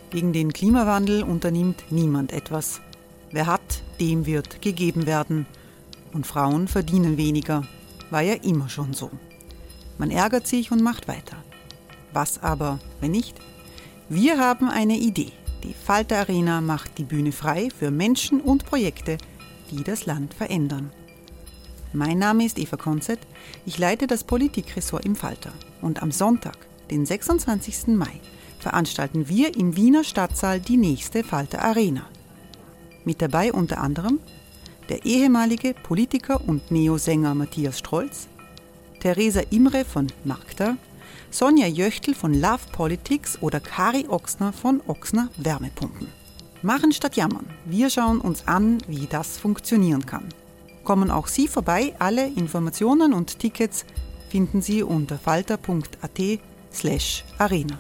Gegen den Klimawandel unternimmt niemand etwas. Wer hat, dem wird gegeben werden. Und Frauen verdienen weniger. War ja immer schon so. Man ärgert sich und macht weiter. Was aber, wenn nicht? Wir haben eine Idee. Die Falter Arena macht die Bühne frei für Menschen und Projekte, die das Land verändern. Mein Name ist Eva Konzett. Ich leite das Politikressort im Falter. Und am Sonntag, den 26. Mai, veranstalten wir im Wiener Stadtsaal die nächste Falter Arena. Mit dabei unter anderem der ehemalige Politiker und Neosänger Matthias Strolz, Theresa Imre von Magda, Sonja Jöchtl von Love Politics oder Kari Ochsner von Ochsner Wärmepumpen. Machen statt jammern. Wir schauen uns an, wie das funktionieren kann. Kommen auch Sie vorbei. Alle Informationen und Tickets finden Sie unter falter.at/arena.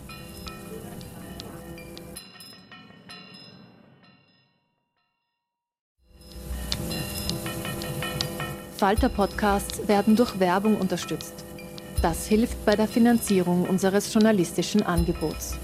Falter-Podcasts werden durch Werbung unterstützt. Das hilft bei der Finanzierung unseres journalistischen Angebots.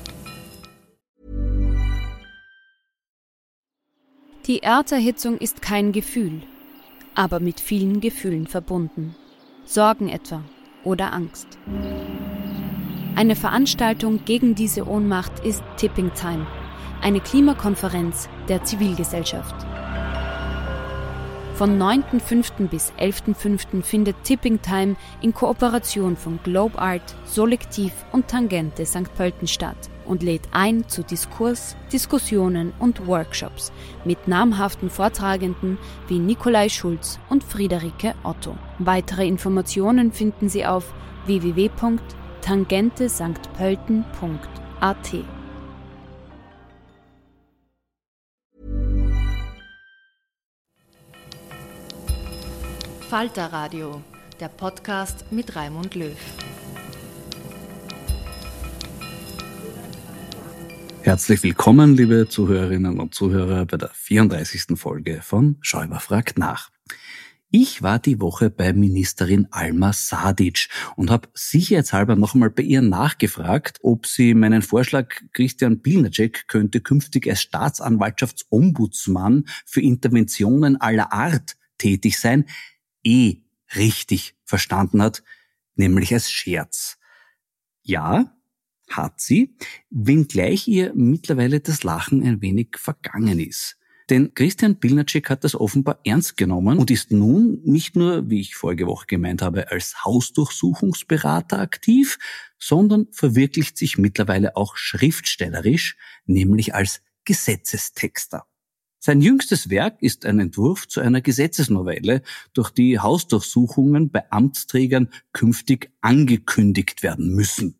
Die Erderhitzung ist kein Gefühl, aber mit vielen Gefühlen verbunden. Sorgen etwa oder Angst. Eine Veranstaltung gegen diese Ohnmacht ist Tipping Time, eine Klimakonferenz der Zivilgesellschaft. Von 9.5. bis 11.5. findet Tipping Time in Kooperation von Globe Art, Solektiv und Tangente St. Pölten statt und lädt ein zu Diskurs, Diskussionen und Workshops mit namhaften Vortragenden wie Nikolai Schulz und Friederike Otto. Weitere Informationen finden Sie auf www.tangentesanktpölten.at. Falter Radio, der Podcast mit Raimund Löw. Herzlich willkommen, liebe Zuhörerinnen und Zuhörer, bei der 34. Folge von Schäuber fragt nach. Ich war die Woche bei Ministerin Alma Sadic und habe sicherheitshalber noch einmal bei ihr nachgefragt, ob sie meinen Vorschlag, Christian Pilnacek könnte künftig als Staatsanwaltschaftsombudsmann für Interventionen aller Art tätig sein, richtig verstanden hat, nämlich als Scherz. Ja, hat sie, wenngleich ihr mittlerweile das Lachen ein wenig vergangen ist. Denn Christian Pilnacek hat das offenbar ernst genommen und ist nun nicht nur, wie ich vorige Woche gemeint habe, als Hausdurchsuchungsberater aktiv, sondern verwirklicht sich mittlerweile auch schriftstellerisch, nämlich als Gesetzestexter. Sein jüngstes Werk ist ein Entwurf zu einer Gesetzesnovelle, durch die Hausdurchsuchungen bei Amtsträgern künftig angekündigt werden müssen.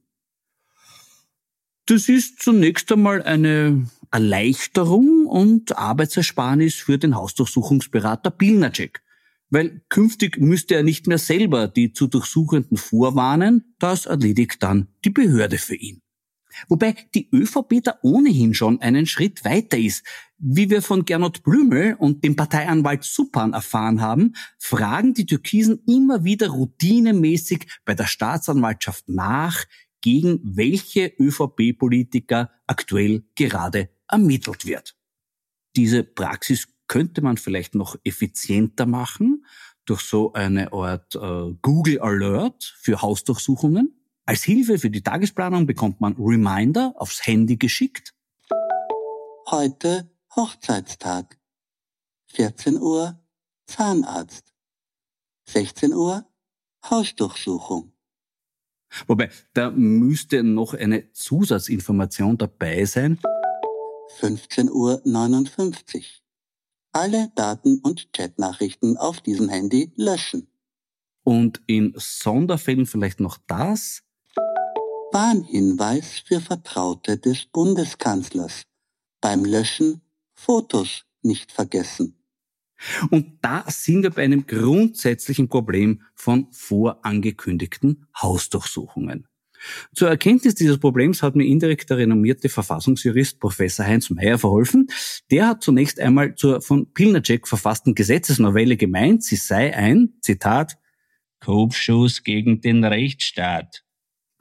Das ist zunächst einmal eine Erleichterung und Arbeitsersparnis für den Hausdurchsuchungsberater Pilnacek, weil künftig müsste er nicht mehr selber die zu Durchsuchenden vorwarnen, das erledigt dann die Behörde für ihn. Wobei die ÖVP da ohnehin schon einen Schritt weiter ist. Wie wir von Gernot Blümel und dem Parteianwalt Suppan erfahren haben, fragen die Türkisen immer wieder routinemäßig bei der Staatsanwaltschaft nach, gegen welche ÖVP-Politiker aktuell gerade ermittelt wird. Diese Praxis könnte man vielleicht noch effizienter machen, durch so eine Art Google Alert für Hausdurchsuchungen. Als Hilfe für die Tagesplanung bekommt man Reminder aufs Handy geschickt. Heute Hochzeitstag. 14 Uhr Zahnarzt. 16 Uhr Hausdurchsuchung. Wobei, da müsste noch eine Zusatzinformation dabei sein. 15:59 Uhr. Alle Daten- und Chatnachrichten auf diesem Handy löschen. Und in Sonderfällen vielleicht noch das. Warnhinweis für Vertraute des Bundeskanzlers. Beim Löschen Fotos nicht vergessen. Und da sind wir bei einem grundsätzlichen Problem von vorangekündigten Hausdurchsuchungen. Zur Erkenntnis dieses Problems hat mir indirekt der renommierte Verfassungsjurist Professor Heinz Mayer verholfen. Der hat zunächst einmal zur von Pilnacek verfassten Gesetzesnovelle gemeint, sie sei ein, Zitat, Kopfschuss gegen den Rechtsstaat.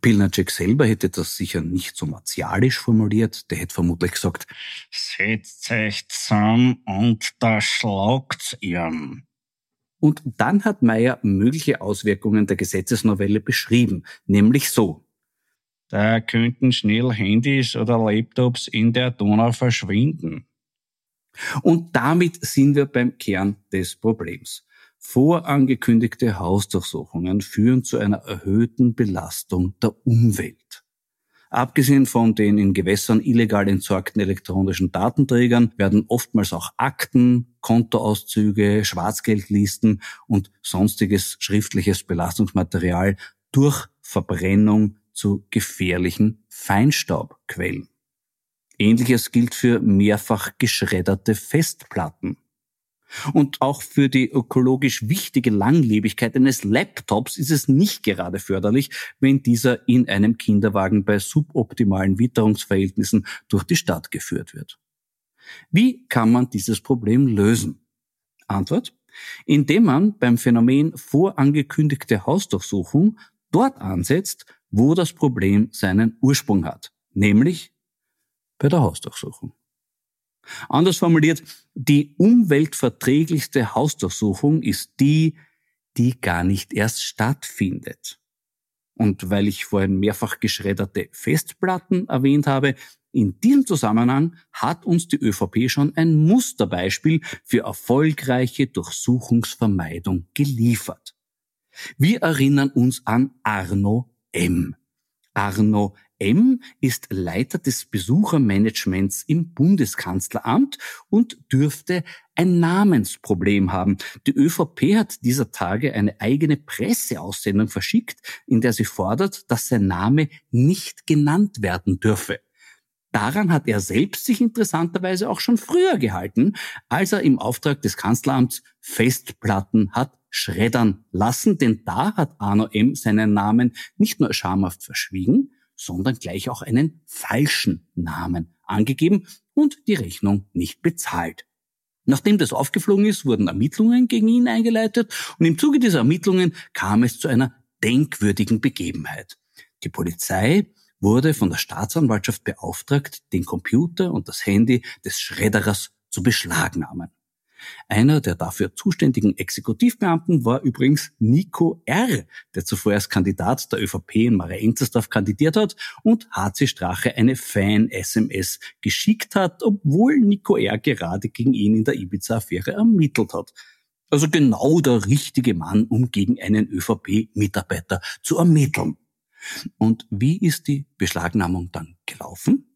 Pilnacek selber hätte das sicher nicht so martialisch formuliert. Der hätte vermutlich gesagt, setzt euch zusammen und da schlagt's ihn. Und dann hat Meyer mögliche Auswirkungen der Gesetzesnovelle beschrieben, nämlich so. Da könnten schnell Handys oder Laptops in der Donau verschwinden. Und damit sind wir beim Kern des Problems. Vorangekündigte Hausdurchsuchungen führen zu einer erhöhten Belastung der Umwelt. Abgesehen von den in Gewässern illegal entsorgten elektronischen Datenträgern werden oftmals auch Akten, Kontoauszüge, Schwarzgeldlisten und sonstiges schriftliches Belastungsmaterial durch Verbrennung zu gefährlichen Feinstaubquellen. Ähnliches gilt für mehrfach geschredderte Festplatten. Und auch für die ökologisch wichtige Langlebigkeit eines Laptops ist es nicht gerade förderlich, wenn dieser in einem Kinderwagen bei suboptimalen Witterungsverhältnissen durch die Stadt geführt wird. Wie kann man dieses Problem lösen? Antwort: Indem man beim Phänomen vorangekündigte Hausdurchsuchung dort ansetzt, wo das Problem seinen Ursprung hat, nämlich bei der Hausdurchsuchung. Anders formuliert, die umweltverträglichste Hausdurchsuchung ist die, die gar nicht erst stattfindet. Und weil ich vorhin mehrfach geschredderte Festplatten erwähnt habe, in diesem Zusammenhang hat uns die ÖVP schon ein Musterbeispiel für erfolgreiche Durchsuchungsvermeidung geliefert. Wir erinnern uns an Arno M. Arno M. ist Leiter des Besuchermanagements im Bundeskanzleramt und dürfte ein Namensproblem haben. Die ÖVP hat dieser Tage eine eigene Presseaussendung verschickt, in der sie fordert, dass sein Name nicht genannt werden dürfe. Daran hat er selbst sich interessanterweise auch schon früher gehalten, als er im Auftrag des Kanzleramts Festplatten hat schreddern lassen, denn da hat Arno M. seinen Namen nicht nur schamhaft verschwiegen, sondern gleich auch einen falschen Namen angegeben und die Rechnung nicht bezahlt. Nachdem das aufgeflogen ist, wurden Ermittlungen gegen ihn eingeleitet und im Zuge dieser Ermittlungen kam es zu einer denkwürdigen Begebenheit. Die Polizei wurde von der Staatsanwaltschaft beauftragt, den Computer und das Handy des Schredderers zu beschlagnahmen. Einer der dafür zuständigen Exekutivbeamten war übrigens Nico R., der zuvor als Kandidat der ÖVP in Mara-Enzersdorf kandidiert hat und HC Strache eine Fan-SMS geschickt hat, obwohl Nico R. gerade gegen ihn in der Ibiza-Affäre ermittelt hat. Also genau der richtige Mann, um gegen einen ÖVP-Mitarbeiter zu ermitteln. Und wie ist die Beschlagnahmung dann gelaufen?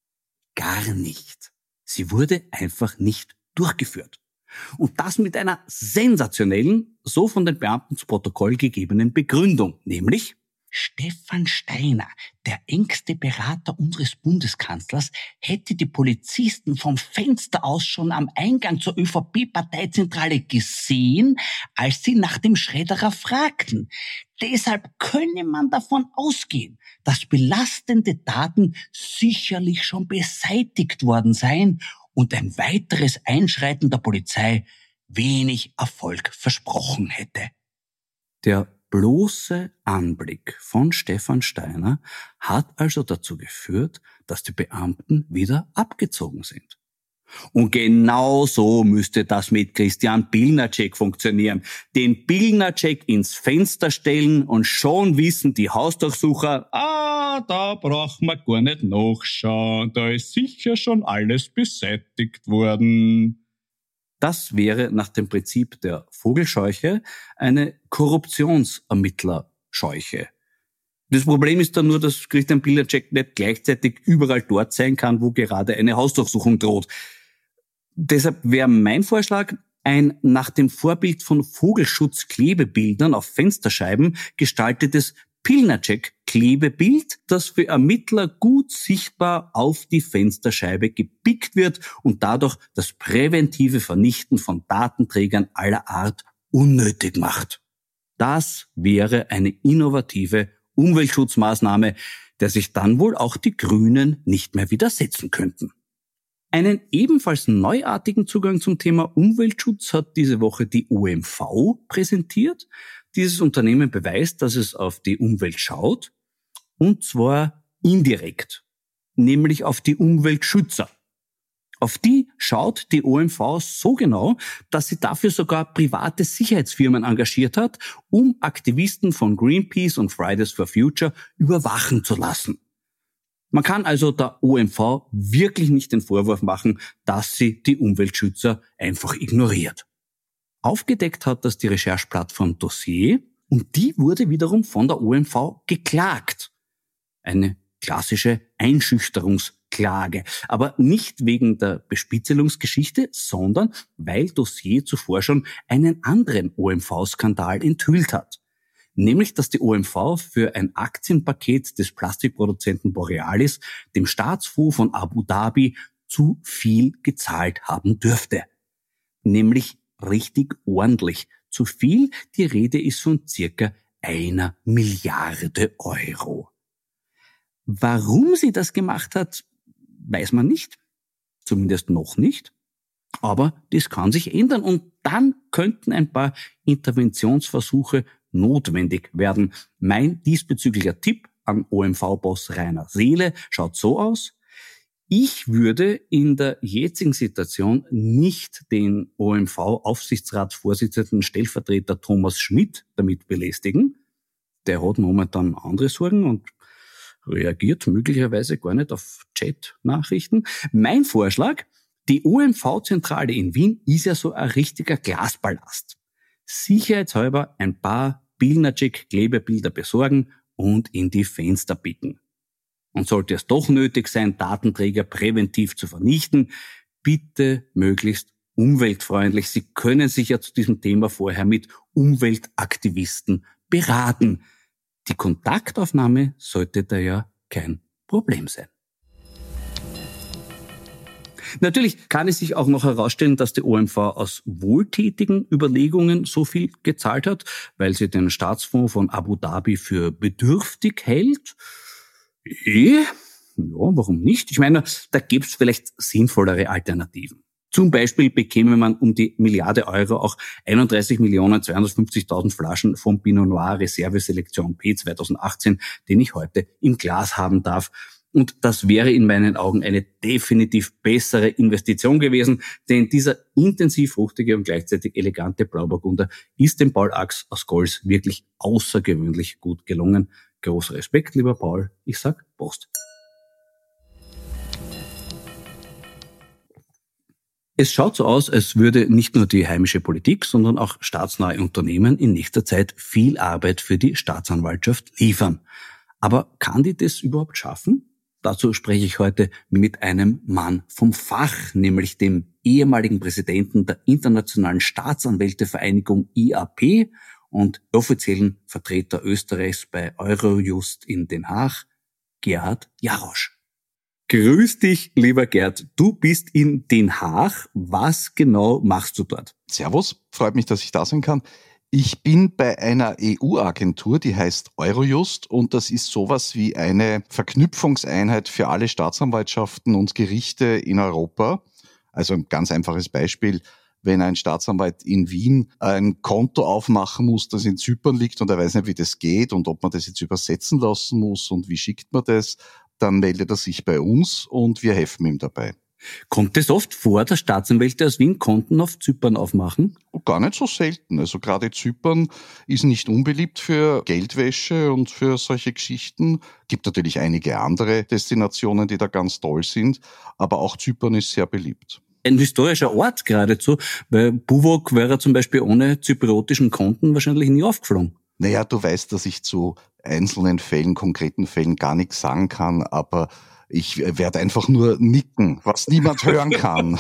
Gar nicht. Sie wurde einfach nicht durchgeführt. Und das mit einer sensationellen, so von den Beamten zu Protokoll gegebenen Begründung, nämlich Stefan Steiner, der engste Berater unseres Bundeskanzlers, hätte die Polizisten vom Fenster aus schon am Eingang zur ÖVP-Parteizentrale gesehen, als sie nach dem Schredderer fragten. Deshalb könne man davon ausgehen, dass belastende Daten sicherlich schon beseitigt worden seien und ein weiteres Einschreiten der Polizei wenig Erfolg versprochen hätte. Der bloße Anblick von Stefan Steiner hat also dazu geführt, dass die Beamten wieder abgezogen sind. Und genau so müsste das mit Christian Pilnacek funktionieren. Den Pilnacek ins Fenster stellen und schon wissen die Hausdurchsucher, da braucht man gar nicht nachschauen, da ist sicher schon alles beseitigt worden. Das wäre nach dem Prinzip der Vogelscheuche eine Korruptionsermittlerscheuche. Das Problem ist dann nur, dass Christian Pilnacek nicht gleichzeitig überall dort sein kann, wo gerade eine Hausdurchsuchung droht. Deshalb wäre mein Vorschlag, ein nach dem Vorbild von Vogelschutzklebebildern auf Fensterscheiben gestaltetes Pilnacek-Klebebild, das für Ermittler gut sichtbar auf die Fensterscheibe gepickt wird und dadurch das präventive Vernichten von Datenträgern aller Art unnötig macht. Das wäre eine innovative Umweltschutzmaßnahme, der sich dann wohl auch die Grünen nicht mehr widersetzen könnten. Einen ebenfalls neuartigen Zugang zum Thema Umweltschutz hat diese Woche die OMV präsentiert. Dieses Unternehmen beweist, dass es auf die Umwelt schaut Und zwar indirekt, nämlich auf die Umweltschützer. Auf die schaut die OMV so genau, dass sie dafür sogar private Sicherheitsfirmen engagiert hat, um Aktivisten von Greenpeace und Fridays for Future überwachen zu lassen. Man kann also der OMV wirklich nicht den Vorwurf machen, dass sie die Umweltschützer einfach ignoriert. Aufgedeckt hat das die Rechercheplattform Dossier und die wurde wiederum von der OMV geklagt. Eine klassische Einschüchterungsklage, aber nicht wegen der Bespitzelungsgeschichte, sondern weil Dossier zuvor schon einen anderen OMV-Skandal enthüllt hat. Nämlich, dass die OMV für ein Aktienpaket des Plastikproduzenten Borealis dem Staatsfonds von Abu Dhabi zu viel gezahlt haben dürfte. Nämlich richtig ordentlich zu viel. Die Rede ist von circa 1 Milliarde Euro. Warum sie das gemacht hat, weiß man nicht. Zumindest noch nicht. Aber das kann sich ändern und dann könnten ein paar Interventionsversuche notwendig werden. Mein diesbezüglicher Tipp an OMV-Boss Rainer Seele schaut so aus. Ich würde in der jetzigen Situation nicht den OMV-Aufsichtsratsvorsitzenden Stellvertreter Thomas Schmidt damit belästigen. Der hat momentan andere Sorgen und reagiert möglicherweise gar nicht auf Chat-Nachrichten. Mein Vorschlag, die OMV-Zentrale in Wien ist ja so ein richtiger Glaspalast. Sicherheitshalber ein paar Bildercheck-Klebebilder besorgen und in die Fenster picken. Und sollte es doch nötig sein, Datenträger präventiv zu vernichten, bitte möglichst umweltfreundlich. Sie können sich ja zu diesem Thema vorher mit Umweltaktivisten beraten. Die Kontaktaufnahme sollte da ja kein Problem sein. Natürlich kann es sich auch noch herausstellen, dass die OMV aus wohltätigen Überlegungen so viel gezahlt hat, weil sie den Staatsfonds von Abu Dhabi für bedürftig hält. Ja, warum nicht? Ich meine, da gäbe es vielleicht sinnvollere Alternativen. Zum Beispiel bekäme man um die Milliarde Euro auch 31.250.000 Flaschen vom Pinot Noir Reserve-Selektion P 2018, den ich heute im Glas haben darf. Und das wäre in meinen Augen eine definitiv bessere Investition gewesen, denn dieser intensiv fruchtige und gleichzeitig elegante Blauburgunder ist dem Paul Ax aus Gols wirklich außergewöhnlich gut gelungen. Großer Respekt, lieber Paul. Ich sag Prost. Es schaut so aus, als würde nicht nur die heimische Politik, sondern auch staatsnahe Unternehmen in nächster Zeit viel Arbeit für die Staatsanwaltschaft liefern. Aber kann die das überhaupt schaffen? Dazu spreche ich heute mit einem Mann vom Fach, nämlich dem ehemaligen Präsidenten der Internationalen Staatsanwältevereinigung IAP und offiziellen Vertreter Österreichs bei Eurojust in Den Haag, Gerhard Jarosch. Grüß dich, lieber Gerd. Du bist in Den Haag. Was genau machst du dort? Servus, freut mich, dass ich da sein kann. Ich bin bei einer EU-Agentur, die heißt Eurojust und das ist sowas wie eine Verknüpfungseinheit für alle Staatsanwaltschaften und Gerichte in Europa. Also ein ganz einfaches Beispiel, wenn ein Staatsanwalt in Wien ein Konto aufmachen muss, das in Zypern liegt und er weiß nicht, wie das geht und ob man das jetzt übersetzen lassen muss und wie schickt man das, dann meldet er sich bei uns und wir helfen ihm dabei. Kommt es oft vor, dass Staatsanwälte aus Wien Konten auf Zypern aufmachen? Gar nicht so selten. Also gerade Zypern ist nicht unbeliebt für Geldwäsche und für solche Geschichten. Gibt natürlich einige andere Destinationen, die da ganz toll sind, aber auch Zypern ist sehr beliebt. Ein historischer Ort geradezu, weil Buvok wäre zum Beispiel ohne zypriotischen Konten wahrscheinlich nie aufgeflogen. Naja, du weißt, dass ich zu einzelnen Fällen, konkreten Fällen gar nichts sagen kann, aber ich werde einfach nur nicken, was niemand hören kann.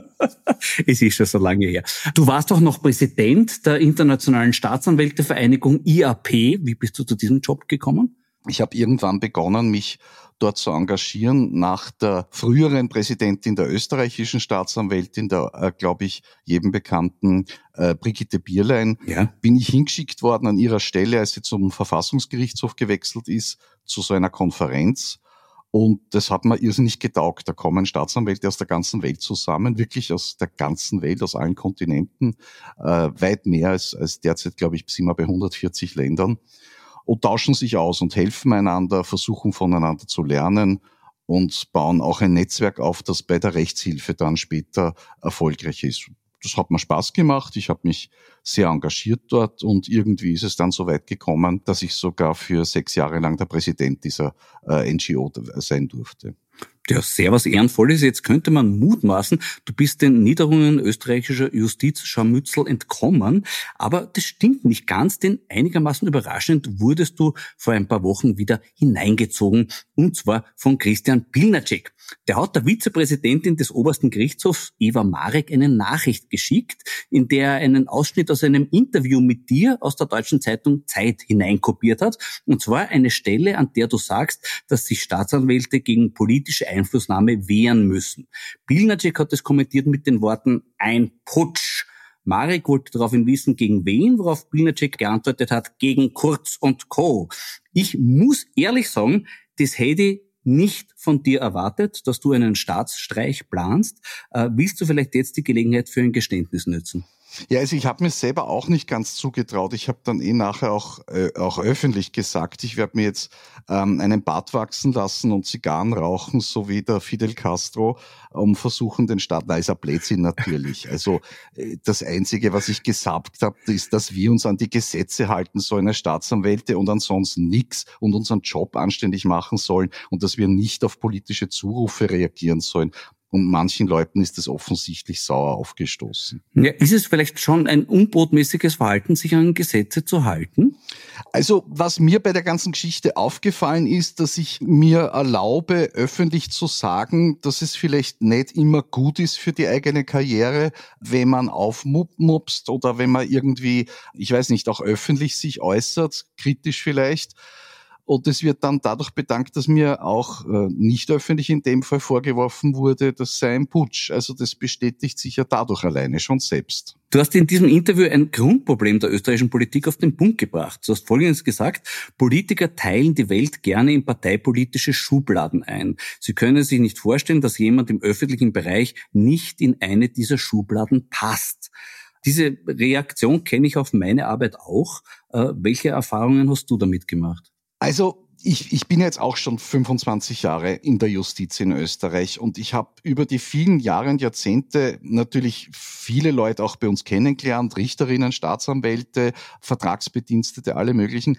Es ist schon so lange her. Du warst doch noch Präsident der Internationalen Staatsanwältevereinigung IAP. Wie bist du zu diesem Job gekommen? Ich habe irgendwann begonnen, mich dort zu engagieren. Nach der früheren Präsidentin der österreichischen Staatsanwältin, der, glaube ich, jedem bekannten Brigitte Bierlein, bin ich hingeschickt worden an ihrer Stelle, als sie zum Verfassungsgerichtshof gewechselt ist, zu so einer Konferenz. Und das hat mir irrsinnig getaugt. Da kommen Staatsanwälte aus der ganzen Welt zusammen, wirklich aus der ganzen Welt, aus allen Kontinenten, weit mehr als derzeit, glaube ich, sind wir bei 140 Ländern. und tauschen sich aus und helfen einander, versuchen voneinander zu lernen und bauen auch ein Netzwerk auf, das bei der Rechtshilfe dann später erfolgreich ist. Das hat mir Spaß gemacht. Ich habe mich sehr engagiert dort und irgendwie ist es dann so weit gekommen, dass ich sogar für 6 Jahre lang der Präsident dieser NGO sein durfte. Ja, sehr was Ehrenvolles. Jetzt könnte man mutmaßen, du bist den Niederungen österreichischer Justizscharmützel entkommen. Aber das stimmt nicht ganz, denn einigermaßen überraschend wurdest du vor ein paar Wochen wieder hineingezogen. Und zwar von Christian Pilnacek. Der hat der Vizepräsidentin des obersten Gerichtshofs, Eva Marek, eine Nachricht geschickt, in der er einen Ausschnitt aus einem Interview mit dir aus der deutschen Zeitung Zeit hineinkopiert hat. Und zwar eine Stelle, an der du sagst, dass sich Staatsanwälte gegen politische Einflussnahme wehren müssen. Pilnacek hat es kommentiert mit den Worten ein Putsch. Marek wollte daraufhin wissen, gegen wen, worauf Pilnacek geantwortet hat, gegen Kurz und Co. Ich muss ehrlich sagen, das hätte ich nicht von dir erwartet, dass du einen Staatsstreich planst. Willst du vielleicht jetzt die Gelegenheit für ein Geständnis nutzen? Ja, also ich habe mir selber auch nicht ganz zugetraut. Ich habe dann nachher auch öffentlich gesagt, ich werde mir jetzt einen Bart wachsen lassen und Zigarren rauchen, so wie der Fidel Castro, um versuchen, den Staat, na, ist ein Blödsinn natürlich. Also das Einzige, was ich gesagt habe, ist, dass wir uns an die Gesetze halten sollen als Staatsanwälte und ansonsten nichts und unseren Job anständig machen sollen und dass wir nicht auf politische Zurufe reagieren sollen. Und manchen Leuten ist es offensichtlich sauer aufgestoßen. Ja, ist es vielleicht schon ein unbotmäßiges Verhalten, sich an Gesetze zu halten? Also, was mir bei der ganzen Geschichte aufgefallen ist, dass ich mir erlaube, öffentlich zu sagen, dass es vielleicht nicht immer gut ist für die eigene Karriere, wenn man aufmupst oder wenn man irgendwie, ich weiß nicht, auch öffentlich sich äußert, kritisch vielleicht. Und es wird dann dadurch bedankt, dass mir auch nicht öffentlich in dem Fall vorgeworfen wurde, das sei ein Putsch. Also das bestätigt sich ja dadurch alleine schon selbst. Du hast in diesem Interview ein Grundproblem der österreichischen Politik auf den Punkt gebracht. Du hast Folgendes gesagt: Politiker teilen die Welt gerne in parteipolitische Schubladen ein. Sie können sich nicht vorstellen, dass jemand im öffentlichen Bereich nicht in eine dieser Schubladen passt. Diese Reaktion kenne ich auf meine Arbeit auch. Welche Erfahrungen hast du damit gemacht? Also ich bin jetzt auch schon 25 Jahre in der Justiz in Österreich und ich habe über die vielen Jahre und Jahrzehnte natürlich viele Leute auch bei uns kennengelernt, Richterinnen, Staatsanwälte, Vertragsbedienstete, alle möglichen.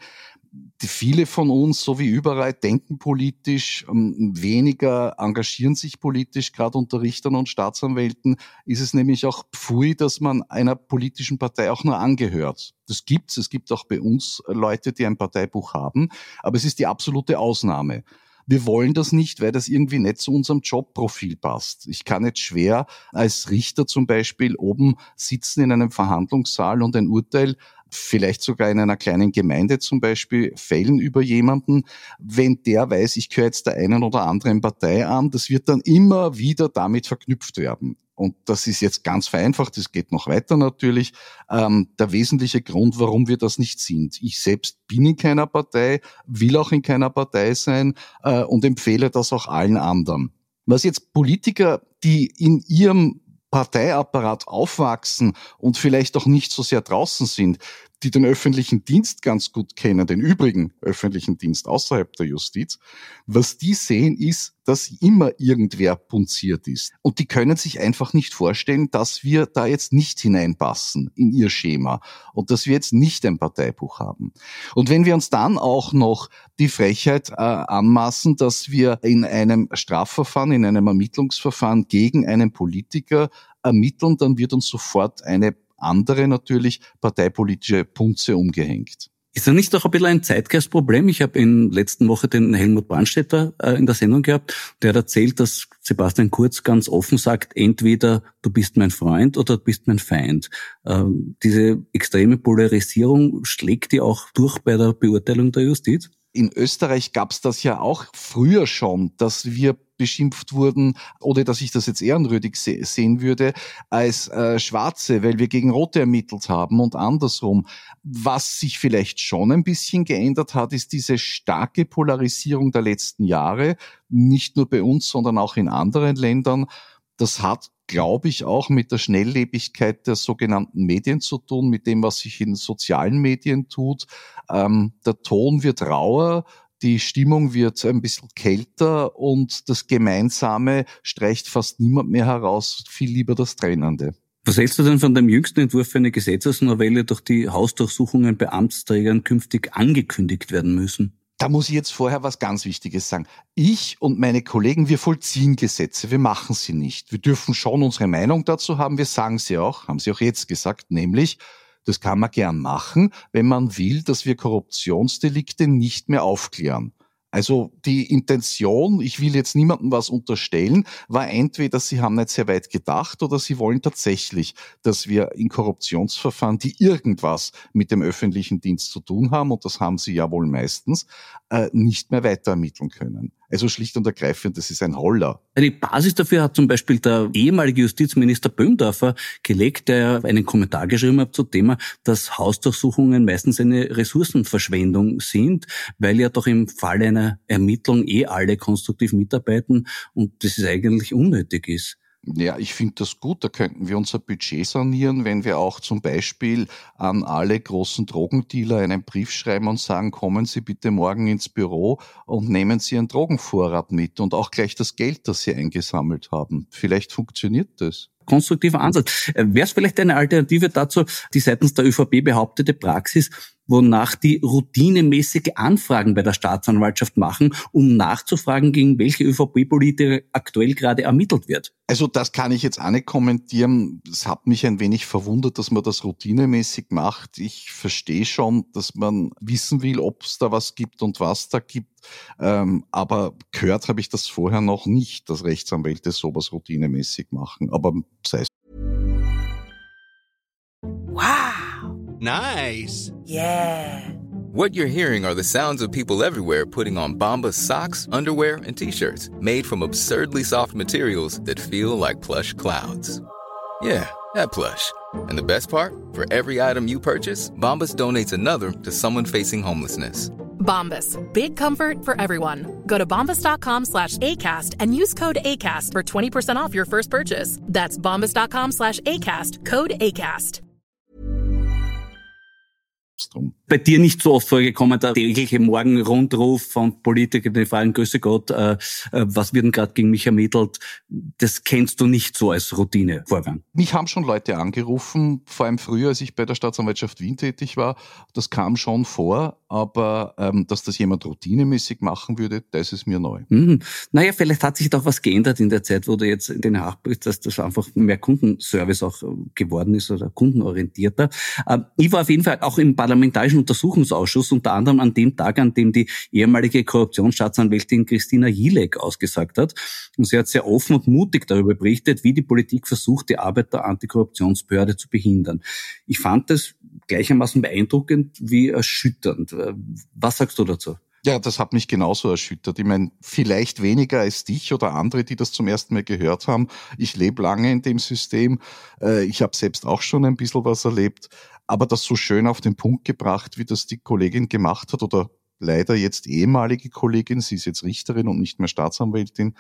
Viele von uns, so wie überall, denken politisch, weniger engagieren sich politisch. Gerade unter Richtern und Staatsanwälten ist es nämlich auch pfui, dass man einer politischen Partei auch nur angehört. Das gibt's. Es gibt auch bei uns Leute, die ein Parteibuch haben, aber es ist die absolute Ausnahme. Wir wollen das nicht, weil das irgendwie nicht zu unserem Jobprofil passt. Ich kann jetzt schwer als Richter zum Beispiel oben sitzen in einem Verhandlungssaal und ein Urteil, vielleicht sogar in einer kleinen Gemeinde zum Beispiel, fällen über jemanden, wenn der weiß, ich gehöre jetzt der einen oder anderen Partei an. Das wird dann immer wieder damit verknüpft werden. Und das ist jetzt ganz vereinfacht, das geht noch weiter natürlich. Der wesentliche Grund, warum wir das nicht sind. Ich selbst bin in keiner Partei, will auch in keiner Partei sein und empfehle das auch allen anderen. Was jetzt Politiker, die in ihrem Parteiapparat aufwachsen und vielleicht auch nicht so sehr draußen sind, die den öffentlichen Dienst ganz gut kennen, den übrigen öffentlichen Dienst außerhalb der Justiz, was die sehen ist, dass immer irgendwer punziert ist. Und die können sich einfach nicht vorstellen, dass wir da jetzt nicht hineinpassen in ihr Schema und dass wir jetzt nicht ein Parteibuch haben. Und wenn wir uns dann auch noch die Frechheit anmaßen, dass wir in einem Strafverfahren, in einem Ermittlungsverfahren gegen einen Politiker ermitteln, dann wird uns sofort eine andere natürlich parteipolitische Punze umgehängt. Ist das nicht doch ein bisschen ein Zeitgeistproblem? Ich habe in letzten Woche den Helmut Brandstätter in der Sendung gehabt, der hat erzählt, dass Sebastian Kurz ganz offen sagt, entweder du bist mein Freund oder du bist mein Feind. Diese extreme Polarisierung schlägt die auch durch bei der Beurteilung der Justiz? In Österreich gab es das ja auch früher schon, dass wir beschimpft wurden, oder dass ich das jetzt ehrenrührig sehen würde, als Schwarze, weil wir gegen Rote ermittelt haben und andersrum. Was sich vielleicht schon ein bisschen geändert hat, ist diese starke Polarisierung der letzten Jahre, nicht nur bei uns, sondern auch in anderen Ländern. Das hat, glaube ich, auch mit der Schnelllebigkeit der sogenannten Medien zu tun, mit dem, was sich in sozialen Medien tut. Der Ton wird rauer, die Stimmung wird ein bisschen kälter und das Gemeinsame streicht fast niemand mehr heraus, viel lieber das Trennende. Was hältst du denn von dem jüngsten Entwurf für eine Gesetzesnovelle, durch die Hausdurchsuchungen bei Amtsträgern künftig angekündigt werden müssen? Da muss ich jetzt vorher was ganz Wichtiges sagen. Ich und meine Kollegen, wir vollziehen Gesetze, wir machen sie nicht. Wir dürfen schon unsere Meinung dazu haben, wir sagen sie auch, haben sie auch jetzt gesagt, nämlich, das kann man gern machen, wenn man will, dass wir Korruptionsdelikte nicht mehr aufklären. Also die Intention, ich will jetzt niemandem was unterstellen, war entweder, sie haben nicht sehr weit gedacht oder sie wollen tatsächlich, dass wir in Korruptionsverfahren, die irgendwas mit dem öffentlichen Dienst zu tun haben, und das haben sie ja wohl meistens, nicht mehr weiter ermitteln können. Also schlicht und ergreifend, das ist ein Holler. Die Basis dafür hat zum Beispiel der ehemalige Justizminister Böhmdorfer gelegt, der einen Kommentar geschrieben hat zum Thema, dass Hausdurchsuchungen meistens eine Ressourcenverschwendung sind, weil ja doch im Falle einer Ermittlung alle konstruktiv mitarbeiten und das eigentlich unnötig ist. Ja, ich finde das gut. Da könnten wir unser Budget sanieren, wenn wir auch zum Beispiel an alle großen Drogendealer einen Brief schreiben und sagen, kommen Sie bitte morgen ins Büro und nehmen Sie einen Drogenvorrat mit und auch gleich das Geld, das Sie eingesammelt haben. Vielleicht funktioniert das. Konstruktiver Ansatz. Wäre es vielleicht eine Alternative dazu, die seitens der ÖVP behauptete Praxis, wonach die routinemäßige Anfragen bei der Staatsanwaltschaft machen, um nachzufragen, gegen welche ÖVP-Politiker aktuell gerade ermittelt wird? Also das kann ich jetzt auch nicht kommentieren. Es hat mich ein wenig verwundert, dass man das routinemäßig macht. Ich verstehe schon, dass man wissen will, ob es da was gibt und was da gibt. Aber gehört habe ich das vorher noch nicht, dass Rechtsanwälte sowas routinemäßig machen. Aber sei es. Wow. Nice. Yeah. What you're hearing are the sounds of people everywhere putting on Bombas socks, underwear, and T-shirts made from absurdly soft materials that feel like plush clouds. Yeah, that plush. And the best part? For every item you purchase, Bombas donates another to someone facing homelessness. Bombas. Big comfort for everyone. Go to bombas.com/ACAST and use code ACAST for 20% off your first purchase. That's bombas.com/ACAST. Code ACAST. Bei dir nicht so oft vorgekommen, der tägliche Morgenrundruf von Politikern, die fragen, grüße Gott, was wird denn gerade gegen mich ermittelt? Das kennst du nicht so als Routinevorgang. Mich haben schon Leute angerufen, vor allem früher, als ich bei der Staatsanwaltschaft Wien tätig war. Das kam schon vor, aber dass das jemand routinemäßig machen würde, das ist mir neu. Naja, vielleicht hat sich doch was geändert in der Zeit, wo du jetzt in den Haag bist, dass das einfach mehr Kundenservice auch geworden ist oder kundenorientierter. Ich war auf jeden Fall auch im Parlamentarischen Untersuchungsausschuss, unter anderem an dem Tag, an dem die ehemalige Korruptionsstaatsanwältin Christina Jilek ausgesagt hat. Und sie hat sehr offen und mutig darüber berichtet, wie die Politik versucht, die Arbeit der Antikorruptionsbehörde zu behindern. Ich fand das gleichermaßen beeindruckend wie erschütternd. Was sagst du dazu? Ja, das hat mich genauso erschüttert. Ich meine, vielleicht weniger als dich oder andere, die das zum ersten Mal gehört haben. Ich lebe lange in dem System. Ich habe selbst auch schon ein bisschen was erlebt. Aber das so schön auf den Punkt gebracht, wie das die Kollegin gemacht hat oder leider jetzt ehemalige Kollegin, sie ist jetzt Richterin und nicht mehr Staatsanwältin,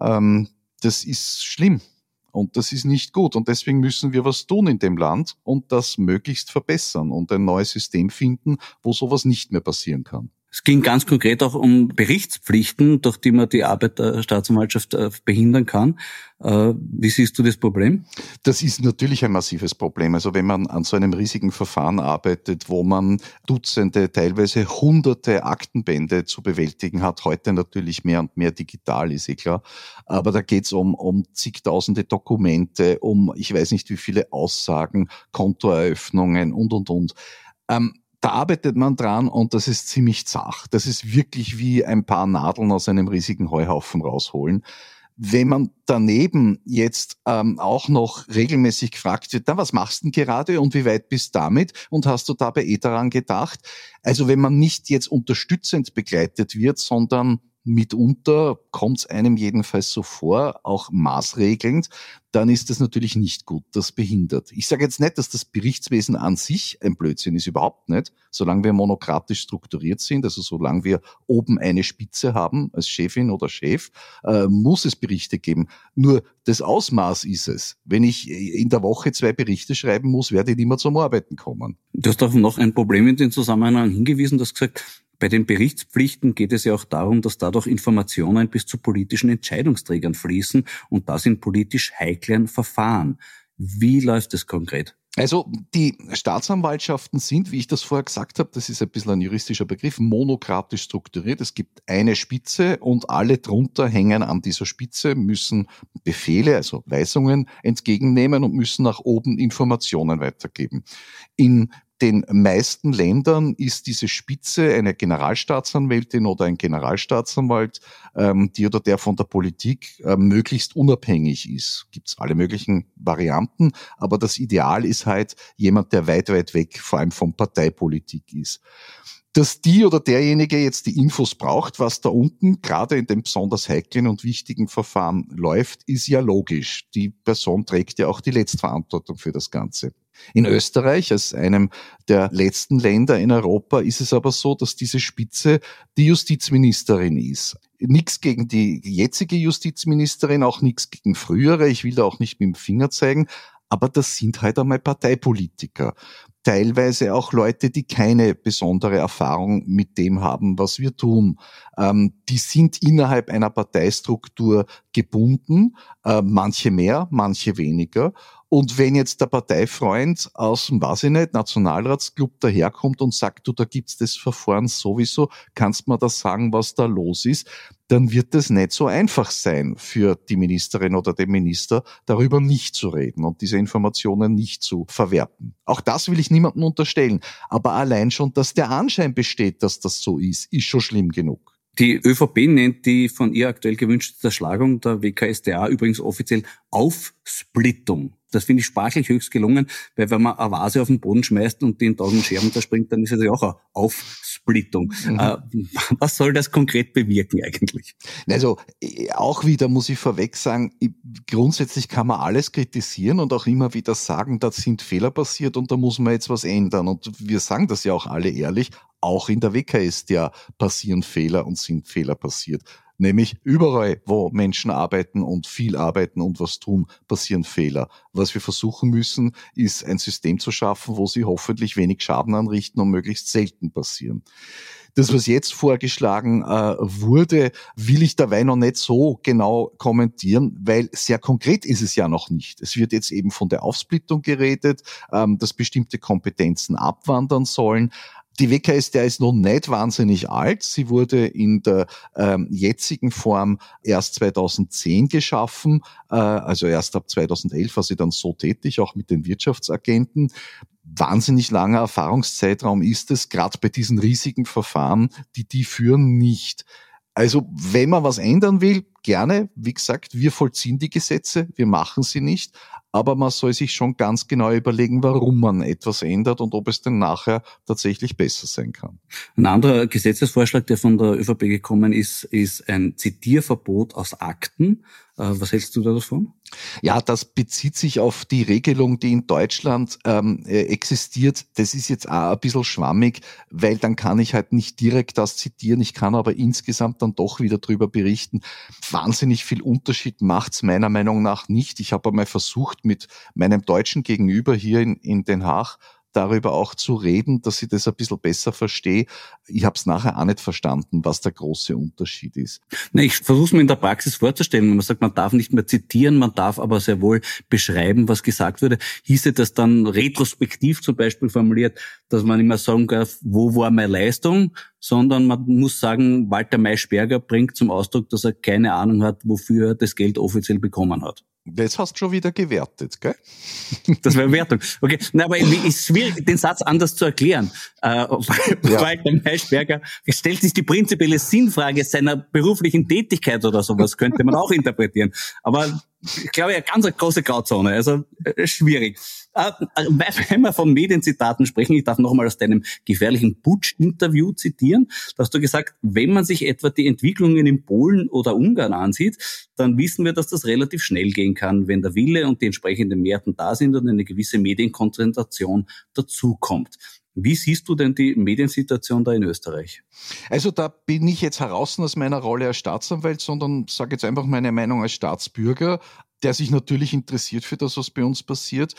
das ist schlimm und das ist nicht gut und deswegen müssen wir was tun in dem Land und das möglichst verbessern und ein neues System finden, wo sowas nicht mehr passieren kann. Es ging ganz konkret auch um Berichtspflichten, durch die man die Arbeit der Staatsanwaltschaft behindern kann. Wie siehst du das Problem? Das ist natürlich ein massives Problem. Also wenn man an so einem riesigen Verfahren arbeitet, wo man Dutzende, teilweise Hunderte Aktenbände zu bewältigen hat, heute natürlich mehr und mehr digital, ist klar. Aber da geht es um zigtausende Dokumente, um ich weiß nicht wie viele Aussagen, Kontoeröffnungen und. Da arbeitet man dran und das ist ziemlich zach. Das ist wirklich wie ein paar Nadeln aus einem riesigen Heuhaufen rausholen. Wenn man daneben jetzt auch noch regelmäßig gefragt wird, na, was machst du denn gerade und wie weit bist du damit und hast du dabei daran gedacht? Also wenn man nicht jetzt unterstützend begleitet wird, sondern mitunter kommt es einem jedenfalls so vor, auch maßregelnd, dann ist das natürlich nicht gut, das behindert. Ich sage jetzt nicht, dass das Berichtswesen an sich ein Blödsinn ist, überhaupt nicht. Solange wir monokratisch strukturiert sind, also solange wir oben eine Spitze haben, als Chefin oder Chef, muss es Berichte geben. Nur das Ausmaß ist es. Wenn ich in der Woche 2 Berichte schreiben muss, werde ich nicht mehr zum Arbeiten kommen. Du hast auch noch ein Problem in dem Zusammenhang hingewiesen, du hast gesagt, bei den Berichtspflichten geht es ja auch darum, dass dadurch Informationen bis zu politischen Entscheidungsträgern fließen und das in politisch heiklen Verfahren. Wie läuft das konkret? Also die Staatsanwaltschaften sind, wie ich das vorher gesagt habe, das ist ein bisschen ein juristischer Begriff, monokratisch strukturiert. Es gibt eine Spitze und alle drunter hängen an dieser Spitze, müssen Befehle, also Weisungen entgegennehmen und müssen nach oben Informationen weitergeben. In den meisten Ländern ist diese Spitze eine Generalstaatsanwältin oder ein Generalstaatsanwalt, die oder der von der Politik möglichst unabhängig ist. Gibt's alle möglichen Varianten, aber das Ideal ist halt jemand, der weit, weit weg, vor allem von Parteipolitik ist. Dass die oder derjenige jetzt die Infos braucht, was da unten gerade in dem besonders heiklen und wichtigen Verfahren läuft, ist ja logisch. Die Person trägt ja auch die Letztverantwortung für das Ganze. In Österreich, als einem der letzten Länder in Europa, ist es aber so, dass diese Spitze die Justizministerin ist. Nichts gegen die jetzige Justizministerin, auch nichts gegen frühere. Ich will da auch nicht mit dem Finger zeigen. Aber das sind halt einmal Parteipolitiker. Teilweise auch Leute, die keine besondere Erfahrung mit dem haben, was wir tun. Die sind innerhalb einer Parteistruktur gebunden, manche mehr, manche weniger. Und wenn jetzt der Parteifreund aus dem, weiß ich nicht, Nationalratsclub daherkommt und sagt, du, da gibt's das Verfahren sowieso, kannst mir das sagen, was da los ist, dann wird es nicht so einfach sein für die Ministerin oder den Minister, darüber nicht zu reden und diese Informationen nicht zu verwerten. Auch das will ich niemandem unterstellen. Aber allein schon, dass der Anschein besteht, dass das so ist schon schlimm genug. Die ÖVP nennt die von ihr aktuell gewünschte Zerschlagung der WKStA übrigens offiziell Aufsplittung. Das finde ich sprachlich höchst gelungen, weil wenn man eine Vase auf den Boden schmeißt und die in 1000 Scherben zerspringt, dann ist es ja auch eine Aufsplittung. Was soll das konkret bewirken eigentlich? Also auch wieder muss ich vorweg sagen, grundsätzlich kann man alles kritisieren und auch immer wieder sagen, da sind Fehler passiert und da muss man jetzt was ändern. Und wir sagen das ja auch alle ehrlich, auch in der WKStA passieren Fehler und sind Fehler passiert. Nämlich überall, wo Menschen arbeiten und viel arbeiten und was tun, passieren Fehler. Was wir versuchen müssen, ist ein System zu schaffen, wo sie hoffentlich wenig Schaden anrichten und möglichst selten passieren. Das, was jetzt vorgeschlagen wurde, will ich dabei noch nicht so genau kommentieren, weil sehr konkret ist es ja noch nicht. Es wird jetzt eben von der Aufsplittung geredet, dass bestimmte Kompetenzen abwandern sollen. Die WKStA ist noch nicht wahnsinnig alt. Sie wurde in der jetzigen Form erst 2010 geschaffen, also erst ab 2011 war sie dann so tätig, auch mit den Wirtschaftsagenten. Wahnsinnig langer Erfahrungszeitraum ist es, gerade bei diesen riesigen Verfahren, die führen nicht. Also wenn man was ändern will, gerne. Wie gesagt, wir vollziehen die Gesetze, wir machen sie nicht. Aber man soll sich schon ganz genau überlegen, warum man etwas ändert und ob es denn nachher tatsächlich besser sein kann. Ein anderer Gesetzesvorschlag, der von der ÖVP gekommen ist ein Zitierverbot aus Akten. Was hältst du da davon? Ja, das bezieht sich auf die Regelung, die in Deutschland existiert. Das ist jetzt auch ein bisschen schwammig, weil dann kann ich halt nicht direkt das zitieren. Ich kann aber insgesamt dann doch wieder drüber berichten. Wahnsinnig viel Unterschied macht's meiner Meinung nach nicht. Ich habe einmal versucht, mit meinem deutschen Gegenüber hier in Den Haag darüber auch zu reden, dass ich das ein bisschen besser verstehe. Ich habe es nachher auch nicht verstanden, was der große Unterschied ist. Ich versuche es mir in der Praxis vorzustellen. Man sagt, man darf nicht mehr zitieren, man darf aber sehr wohl beschreiben, was gesagt wurde. Hieße das dann retrospektiv zum Beispiel formuliert, dass man nicht mehr sagen darf, wo war meine Leistung, sondern man muss sagen, Walter Maischberger bringt zum Ausdruck, dass er keine Ahnung hat, wofür er das Geld offiziell bekommen hat. Jetzt hast du schon wieder gewertet, gell? Das wäre Wertung. Okay, na, aber es ist schwierig, den Satz anders zu erklären. Walter Maischberger stellt sich die prinzipielle Sinnfrage seiner beruflichen Tätigkeit oder sowas, könnte man auch interpretieren. Aber ich glaube, eine ganz große Grauzone, also schwierig. Wenn wir von Medienzitaten sprechen, ich darf noch einmal aus deinem gefährlichen Putsch-Interview zitieren, da hast du gesagt, wenn man sich etwa die Entwicklungen in Polen oder Ungarn ansieht, dann wissen wir, dass das relativ schnell gehen kann, wenn der Wille und die entsprechenden Mehrheiten da sind und eine gewisse Medienkonzentration dazukommt. Wie siehst du denn die Mediensituation da in Österreich? Also da bin ich jetzt heraus aus meiner Rolle als Staatsanwalt, sondern sage jetzt einfach meine Meinung als Staatsbürger, der sich natürlich interessiert für das, was bei uns passiert.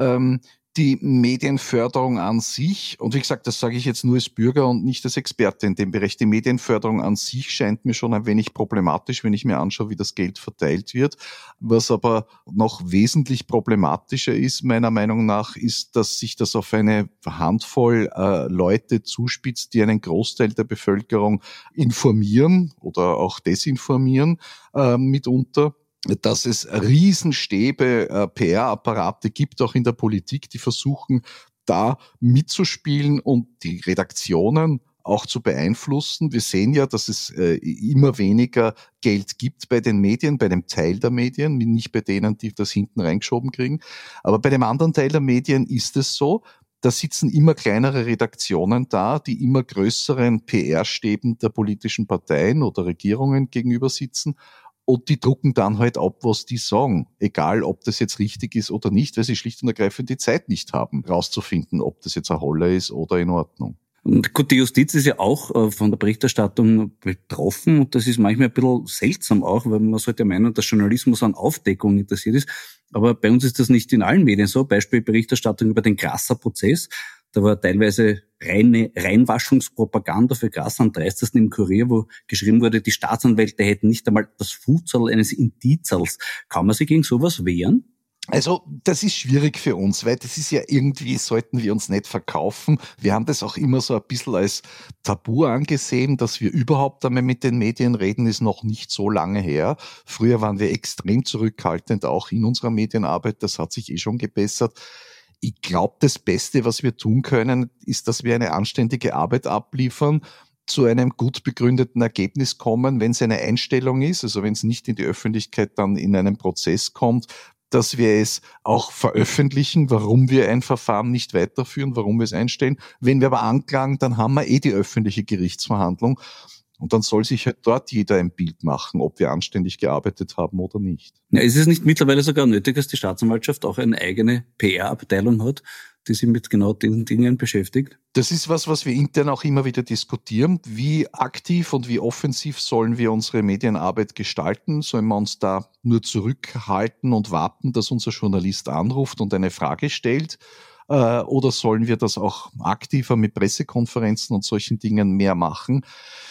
Die Medienförderung an sich, und wie gesagt, das sage ich jetzt nur als Bürger und nicht als Experte in dem Bereich, die Medienförderung an sich scheint mir schon ein wenig problematisch, wenn ich mir anschaue, wie das Geld verteilt wird. Was aber noch wesentlich problematischer ist, meiner Meinung nach, ist, dass sich das auf eine Handvoll Leute zuspitzt, die einen Großteil der Bevölkerung informieren oder auch desinformieren mitunter. Dass es Riesenstäbe, PR-Apparate gibt, auch in der Politik, die versuchen, da mitzuspielen und die Redaktionen auch zu beeinflussen. Wir sehen ja, dass es immer weniger Geld gibt bei den Medien, bei dem Teil der Medien, nicht bei denen, die das hinten reingeschoben kriegen. Aber bei dem anderen Teil der Medien ist es so, da sitzen immer kleinere Redaktionen da, die immer größeren PR-Stäben der politischen Parteien oder Regierungen gegenüber sitzen. Und die drucken dann halt ab, was die sagen. Egal, ob das jetzt richtig ist oder nicht, weil sie schlicht und ergreifend die Zeit nicht haben, rauszufinden, ob das jetzt ein Holler ist oder in Ordnung. Und gut, die Justiz ist ja auch von der Berichterstattung betroffen und das ist manchmal ein bisschen seltsam auch, weil man sollte meinen, dass Journalismus an Aufdeckung interessiert ist. Aber bei uns ist das nicht in allen Medien so. Beispiel Berichterstattung über den Grasser-Prozess. Da war teilweise reine Reinwaschungspropaganda für Grasser am 30. im Kurier, wo geschrieben wurde, die Staatsanwälte hätten nicht einmal das Futsal eines Indizals. Kann man sich gegen sowas wehren? Also das ist schwierig für uns, weil das ist ja irgendwie, sollten wir uns nicht verkaufen. Wir haben das auch immer so ein bisschen als Tabu angesehen, dass wir überhaupt einmal mit den Medien reden, ist noch nicht so lange her. Früher waren wir extrem zurückhaltend, auch in unserer Medienarbeit, das hat sich schon gebessert. Ich glaube, das Beste, was wir tun können, ist, dass wir eine anständige Arbeit abliefern, zu einem gut begründeten Ergebnis kommen, wenn es eine Einstellung ist, also wenn es nicht in die Öffentlichkeit dann in einen Prozess kommt, dass wir es auch veröffentlichen, warum wir ein Verfahren nicht weiterführen, warum wir es einstellen. Wenn wir aber anklagen, dann haben wir die öffentliche Gerichtsverhandlung. Und dann soll sich halt dort jeder ein Bild machen, ob wir anständig gearbeitet haben oder nicht. Ja, ist es nicht mittlerweile sogar nötig, dass die Staatsanwaltschaft auch eine eigene PR-Abteilung hat, die sich mit genau diesen Dingen beschäftigt? Das ist was wir intern auch immer wieder diskutieren. Wie aktiv und wie offensiv sollen wir unsere Medienarbeit gestalten? Sollen wir uns da nur zurückhalten und warten, dass unser Journalist anruft und eine Frage stellt? Oder sollen wir das auch aktiver mit Pressekonferenzen und solchen Dingen mehr machen?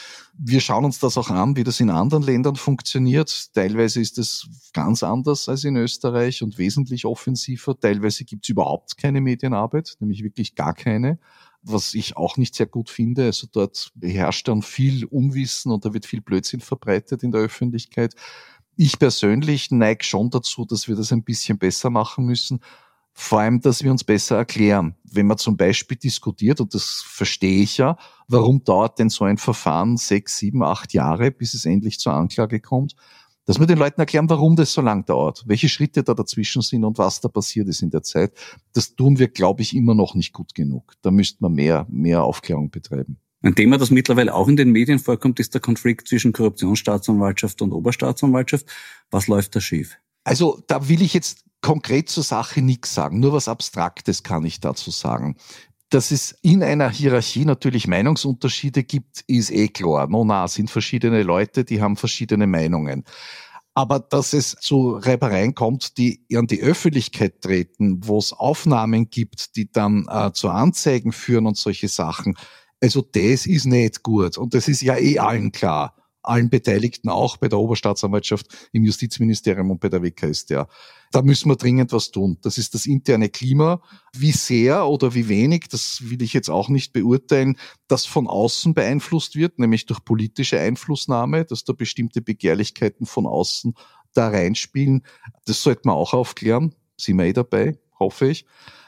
Wir schauen uns das auch an, wie das in anderen Ländern funktioniert. Teilweise ist es ganz anders als in Österreich und wesentlich offensiver. Teilweise gibt es überhaupt keine Medienarbeit, nämlich wirklich gar keine, was ich auch nicht sehr gut finde. Also dort herrscht dann viel Unwissen und da wird viel Blödsinn verbreitet in der Öffentlichkeit. Ich persönlich neige schon dazu, dass wir das ein bisschen besser machen müssen. Vor allem, dass wir uns besser erklären. Wenn man zum Beispiel diskutiert, und das verstehe ich ja, warum dauert denn so ein Verfahren 6, 7, 8 Jahre, bis es endlich zur Anklage kommt, dass wir den Leuten erklären, warum das so lang dauert, welche Schritte da dazwischen sind und was da passiert ist in der Zeit. Das tun wir, glaube ich, immer noch nicht gut genug. Da müsste man mehr Aufklärung betreiben. Ein Thema, das mittlerweile auch in den Medien vorkommt, ist der Konflikt zwischen Korruptionsstaatsanwaltschaft und Oberstaatsanwaltschaft. Was läuft da schief? Also da will ich jetzt konkret zur Sache nichts sagen, nur was Abstraktes kann ich dazu sagen. Dass es in einer Hierarchie natürlich Meinungsunterschiede gibt, ist klar. Es sind verschiedene Leute, die haben verschiedene Meinungen. Aber dass es zu Reibereien kommt, die an die Öffentlichkeit treten, wo es Aufnahmen gibt, die dann zu Anzeigen führen und solche Sachen, also das ist nicht gut. Und das ist ja allen klar. Allen Beteiligten, auch bei der Oberstaatsanwaltschaft, im Justizministerium und bei der WKStA. Da müssen wir dringend was tun. Das ist das interne Klima. Wie sehr oder wie wenig, das will ich jetzt auch nicht beurteilen, das von außen beeinflusst wird, nämlich durch politische Einflussnahme, dass da bestimmte Begehrlichkeiten von außen da reinspielen. Das sollte man auch aufklären. Sind wir dabei, hoffe ich.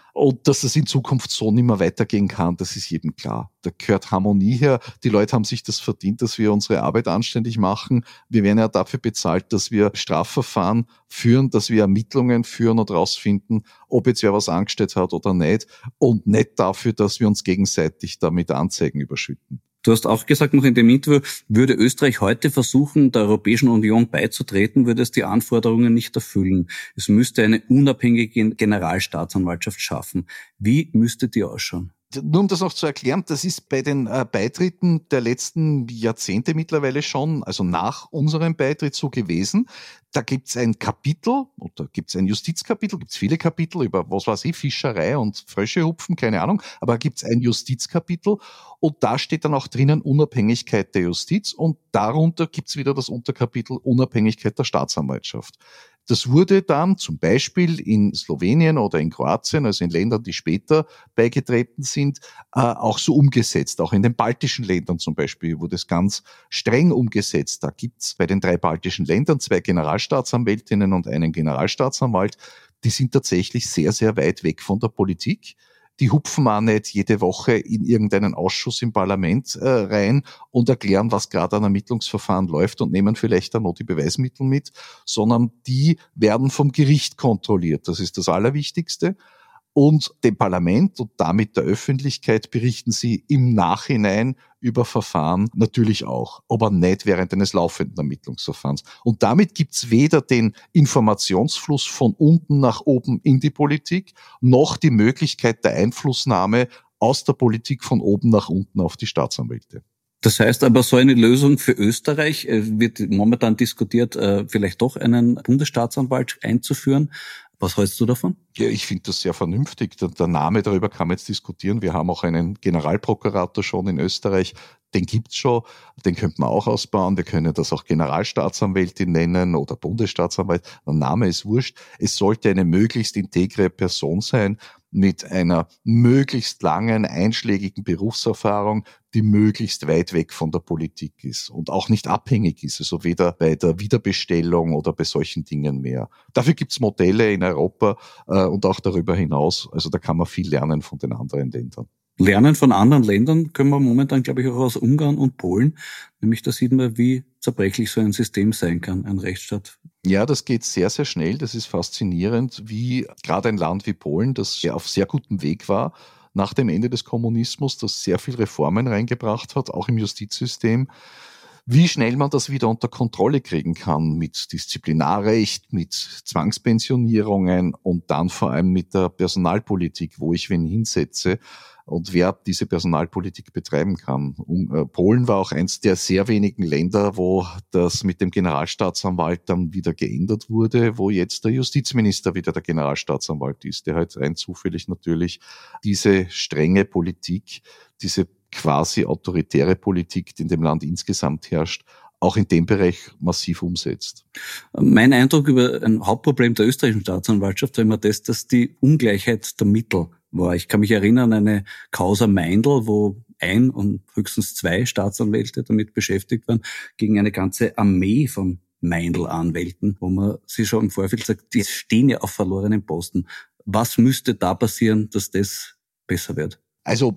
Und dass es in Zukunft so nicht mehr weitergehen kann, das ist jedem klar. Da gehört Harmonie her. Die Leute haben sich das verdient, dass wir unsere Arbeit anständig machen. Wir werden ja dafür bezahlt, dass wir Strafverfahren führen, dass wir Ermittlungen führen und rausfinden, ob jetzt wer was angestellt hat oder nicht. Und nicht dafür, dass wir uns gegenseitig damit Anzeigen überschütten. Du hast auch gesagt noch in dem Interview, würde Österreich heute versuchen, der Europäischen Union beizutreten, würde es die Anforderungen nicht erfüllen. Es müsste eine unabhängige Generalstaatsanwaltschaft schaffen. Wie müsste die ausschauen? Nur um das noch zu erklären, das ist bei den Beitritten der letzten Jahrzehnte mittlerweile schon, also nach unserem Beitritt so gewesen. Da gibt's ein Kapitel, oder gibt's ein Justizkapitel, gibt's viele Kapitel über, was weiß ich, Fischerei und Frösche hupfen, keine Ahnung, aber gibt's ein Justizkapitel und da steht dann auch drinnen Unabhängigkeit der Justiz und darunter gibt's wieder das Unterkapitel Unabhängigkeit der Staatsanwaltschaft. Das wurde dann zum Beispiel in Slowenien oder in Kroatien, also in Ländern, die später beigetreten sind, auch so umgesetzt. Auch in den baltischen Ländern zum Beispiel wurde es ganz streng umgesetzt. Da gibt's bei den 3 baltischen Ländern 2 Generalstaatsanwältinnen und einen Generalstaatsanwalt. Die sind tatsächlich sehr, sehr weit weg von der Politik. Die hupfen auch nicht jede Woche in irgendeinen Ausschuss im Parlament rein und erklären, was gerade an Ermittlungsverfahren läuft und nehmen vielleicht dann noch die Beweismittel mit, sondern die werden vom Gericht kontrolliert. Das ist das Allerwichtigste. Und dem Parlament und damit der Öffentlichkeit berichten sie im Nachhinein über Verfahren natürlich auch, aber nicht während eines laufenden Ermittlungsverfahrens. Und damit gibt's weder den Informationsfluss von unten nach oben in die Politik, noch die Möglichkeit der Einflussnahme aus der Politik von oben nach unten auf die Staatsanwälte. Das heißt aber, so eine Lösung für Österreich wird momentan diskutiert, vielleicht doch einen Bundesstaatsanwalt einzuführen. Was hältst du davon? Ja, ich finde das sehr vernünftig. Der Name, darüber kann man jetzt diskutieren. Wir haben auch einen Generalprokurator schon in Österreich. Den gibt's schon. Den könnte man auch ausbauen. Wir können das auch Generalstaatsanwältin nennen oder Bundesstaatsanwalt. Der Name ist wurscht. Es sollte eine möglichst integre Person sein mit einer möglichst langen, einschlägigen Berufserfahrung, die möglichst weit weg von der Politik ist und auch nicht abhängig ist, also weder bei der Wiederbestellung oder bei solchen Dingen mehr. Dafür gibt's Modelle in Europa und auch darüber hinaus. Also da kann man viel lernen von den anderen Ländern. Lernen von anderen Ländern können wir momentan, glaube ich, auch aus Ungarn und Polen. Nämlich da sieht man, wie zerbrechlich so ein System sein kann, ein Rechtsstaat. Ja, das geht sehr, sehr schnell. Das ist faszinierend, wie gerade ein Land wie Polen, das ja auf sehr gutem Weg war, nach dem Ende des Kommunismus, das sehr viel Reformen reingebracht hat, auch im Justizsystem, wie schnell man das wieder unter Kontrolle kriegen kann mit Disziplinarrecht, mit Zwangspensionierungen und dann vor allem mit der Personalpolitik, wo ich wen hinsetze und wer diese Personalpolitik betreiben kann. Polen war auch eins der sehr wenigen Länder, wo das mit dem Generalstaatsanwalt dann wieder geändert wurde, wo jetzt der Justizminister wieder der Generalstaatsanwalt ist, der halt rein zufällig natürlich diese strenge Politik, diese quasi autoritäre Politik, die in dem Land insgesamt herrscht, auch in dem Bereich massiv umsetzt. Mein Eindruck über ein Hauptproblem der österreichischen Staatsanwaltschaft war immer das, dass die Ungleichheit der Mittel war. Ich kann mich erinnern an eine Causa Meindl, wo 1 und höchstens 2 Staatsanwälte damit beschäftigt waren, gegen eine ganze Armee von Meindl-Anwälten, wo man sich schon im Vorfeld sagt, die stehen ja auf verlorenen Posten. Was müsste da passieren, dass das besser wird? Also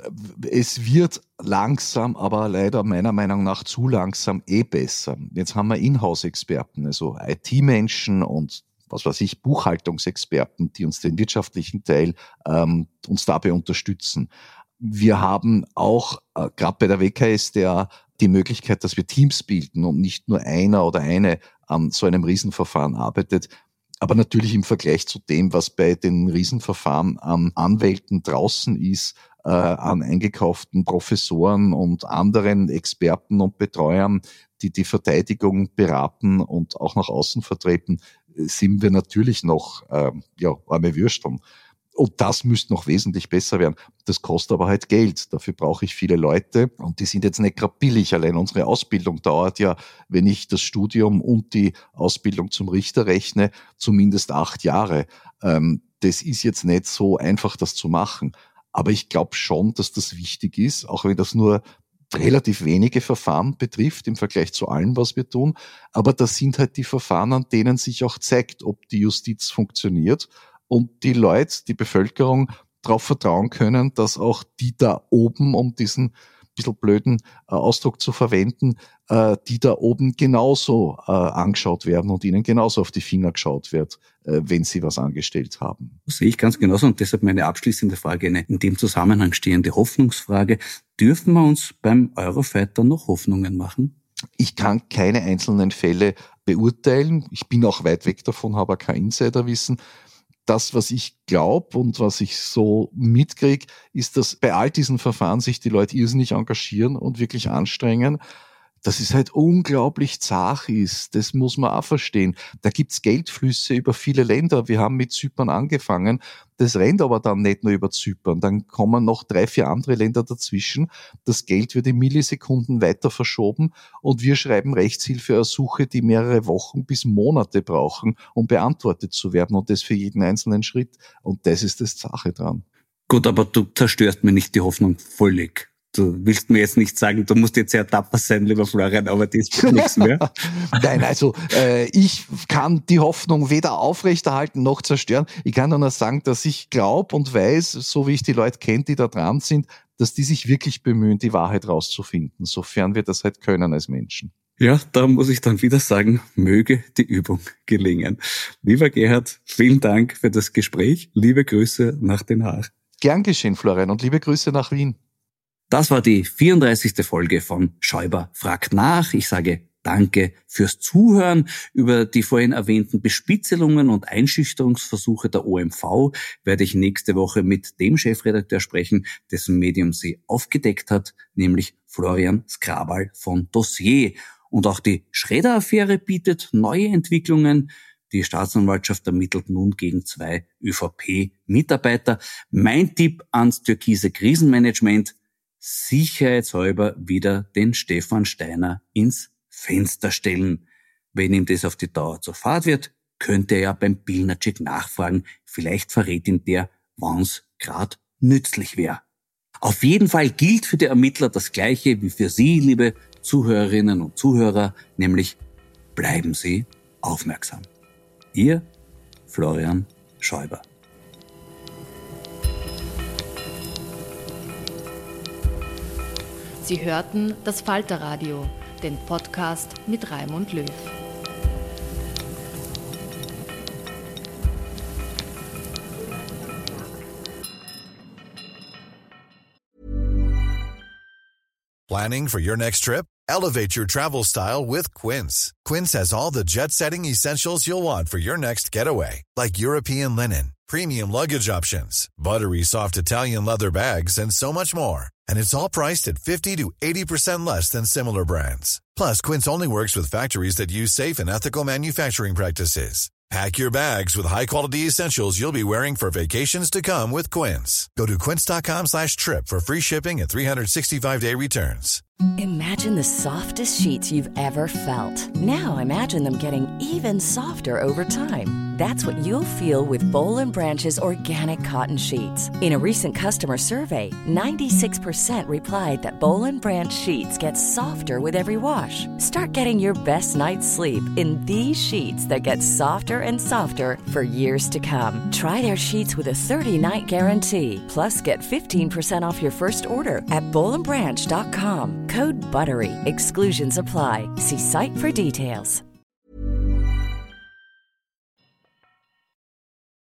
es wird langsam, aber leider meiner Meinung nach zu langsam besser. Jetzt haben wir Inhouse-Experten, also IT-Menschen und was weiß ich, Buchhaltungsexperten, die uns den wirtschaftlichen Teil uns dabei unterstützen. Wir haben auch, gerade bei der WKStA, die Möglichkeit, dass wir Teams bilden und nicht nur einer oder eine an so einem Riesenverfahren arbeitet. Aber natürlich im Vergleich zu dem, was bei den Riesenverfahren an Anwälten draußen ist, an eingekauften Professoren und anderen Experten und Betreuern, die die Verteidigung beraten und auch nach außen vertreten, sind wir natürlich noch arme Würsteln. Und das müsste noch wesentlich besser werden. Das kostet aber halt Geld. Dafür brauche ich viele Leute. Und die sind jetzt nicht gerade billig. Allein unsere Ausbildung dauert ja, wenn ich das Studium und die Ausbildung zum Richter rechne, zumindest 8 Jahre. Das ist jetzt nicht so einfach, das zu machen. Aber ich glaube schon, dass das wichtig ist, auch wenn das nur relativ wenige Verfahren betrifft im Vergleich zu allem, was wir tun. Aber das sind halt die Verfahren, an denen sich auch zeigt, ob die Justiz funktioniert und die Leute, die Bevölkerung darauf vertrauen können, dass auch die da oben, um diesen bisschen blöden Ausdruck zu verwenden, die da oben genauso angeschaut werden und ihnen genauso auf die Finger geschaut wird, wenn sie was angestellt haben. Das sehe ich ganz genauso und deshalb meine abschließende Frage, eine in dem Zusammenhang stehende Hoffnungsfrage. Dürfen wir uns beim Eurofighter noch Hoffnungen machen? Ich kann keine einzelnen Fälle beurteilen. Ich bin auch weit weg davon, habe kein Insiderwissen. Das, was ich glaube und was ich so mitkriege, ist, dass bei all diesen Verfahren sich die Leute irrsinnig engagieren und wirklich anstrengen. Dass es halt unglaublich zart ist, das muss man auch verstehen. Da gibt's Geldflüsse über viele Länder. Wir haben mit Zypern angefangen. Das rennt aber dann nicht nur über Zypern. Dann kommen noch 3-4 andere Länder dazwischen. Das Geld wird in Millisekunden weiter verschoben und wir schreiben Rechtshilfeersuche, die mehrere Wochen bis Monate brauchen, um beantwortet zu werden und das für jeden einzelnen Schritt. Und das ist das Sache dran. Gut, aber du zerstörst mir nicht die Hoffnung völlig. Du willst mir jetzt nicht sagen, du musst jetzt sehr tapfer sein, lieber Florian, aber das ist nichts mehr. Nein, also ich kann die Hoffnung weder aufrechterhalten noch zerstören. Ich kann nur sagen, dass ich glaube und weiß, so wie ich die Leute kenne, die da dran sind, dass die sich wirklich bemühen, die Wahrheit rauszufinden, sofern wir das halt können als Menschen. Ja, da muss ich dann wieder sagen, möge die Übung gelingen. Lieber Gerhard, vielen Dank für das Gespräch. Liebe Grüße nach Den Haag. Gern geschehen, Florian, und liebe Grüße nach Wien. Das war die 34. Folge von Schäuber fragt nach. Ich sage danke fürs Zuhören. Über die vorhin erwähnten Bespitzelungen und Einschüchterungsversuche der OMV werde ich nächste Woche mit dem Chefredakteur sprechen, dessen Medium sie aufgedeckt hat, nämlich Florian Skrabal von Dossier. Und auch die Schredder-Affäre bietet neue Entwicklungen. Die Staatsanwaltschaft ermittelt nun gegen 2 ÖVP-Mitarbeiter. Mein Tipp ans türkise Krisenmanagement: sicherheitshalber wieder den Stefan Steiner ins Fenster stellen. Wenn ihm das auf die Dauer zu fad wird, könnte er ja beim Pilnacek nachfragen. Vielleicht verrät ihm der, wann's grad nützlich wäre. Auf jeden Fall gilt für die Ermittler das Gleiche wie für Sie, liebe Zuhörerinnen und Zuhörer, nämlich bleiben Sie aufmerksam. Ihr Florian Schäuber. Sie hörten das Falterradio, den Podcast mit Raimund Löw. Planning for your next trip? Elevate your travel style with Quince. Quince has all the jet-setting essentials you'll want for your next getaway, like European linen, premium luggage options, buttery soft Italian leather bags, and so much more. And it's all priced at 50 to 80% less than similar brands. Plus, Quince only works with factories that use safe and ethical manufacturing practices. Pack your bags with high-quality essentials you'll be wearing for vacations to come with Quince. Go to quince.com/trip for free shipping and 365-day returns. Imagine the softest sheets you've ever felt. Now imagine them getting even softer over time. That's what you'll feel with Boll & Branch's organic cotton sheets. In a recent customer survey, 96% replied that Boll & Branch sheets get softer with every wash. Start getting your best night's sleep in these sheets that get softer and softer for years to come. Try their sheets with a 30-night guarantee. Plus, get 15% off your first order at bollandbranch.com. Code BUTTERY. Exclusions apply. See site for details.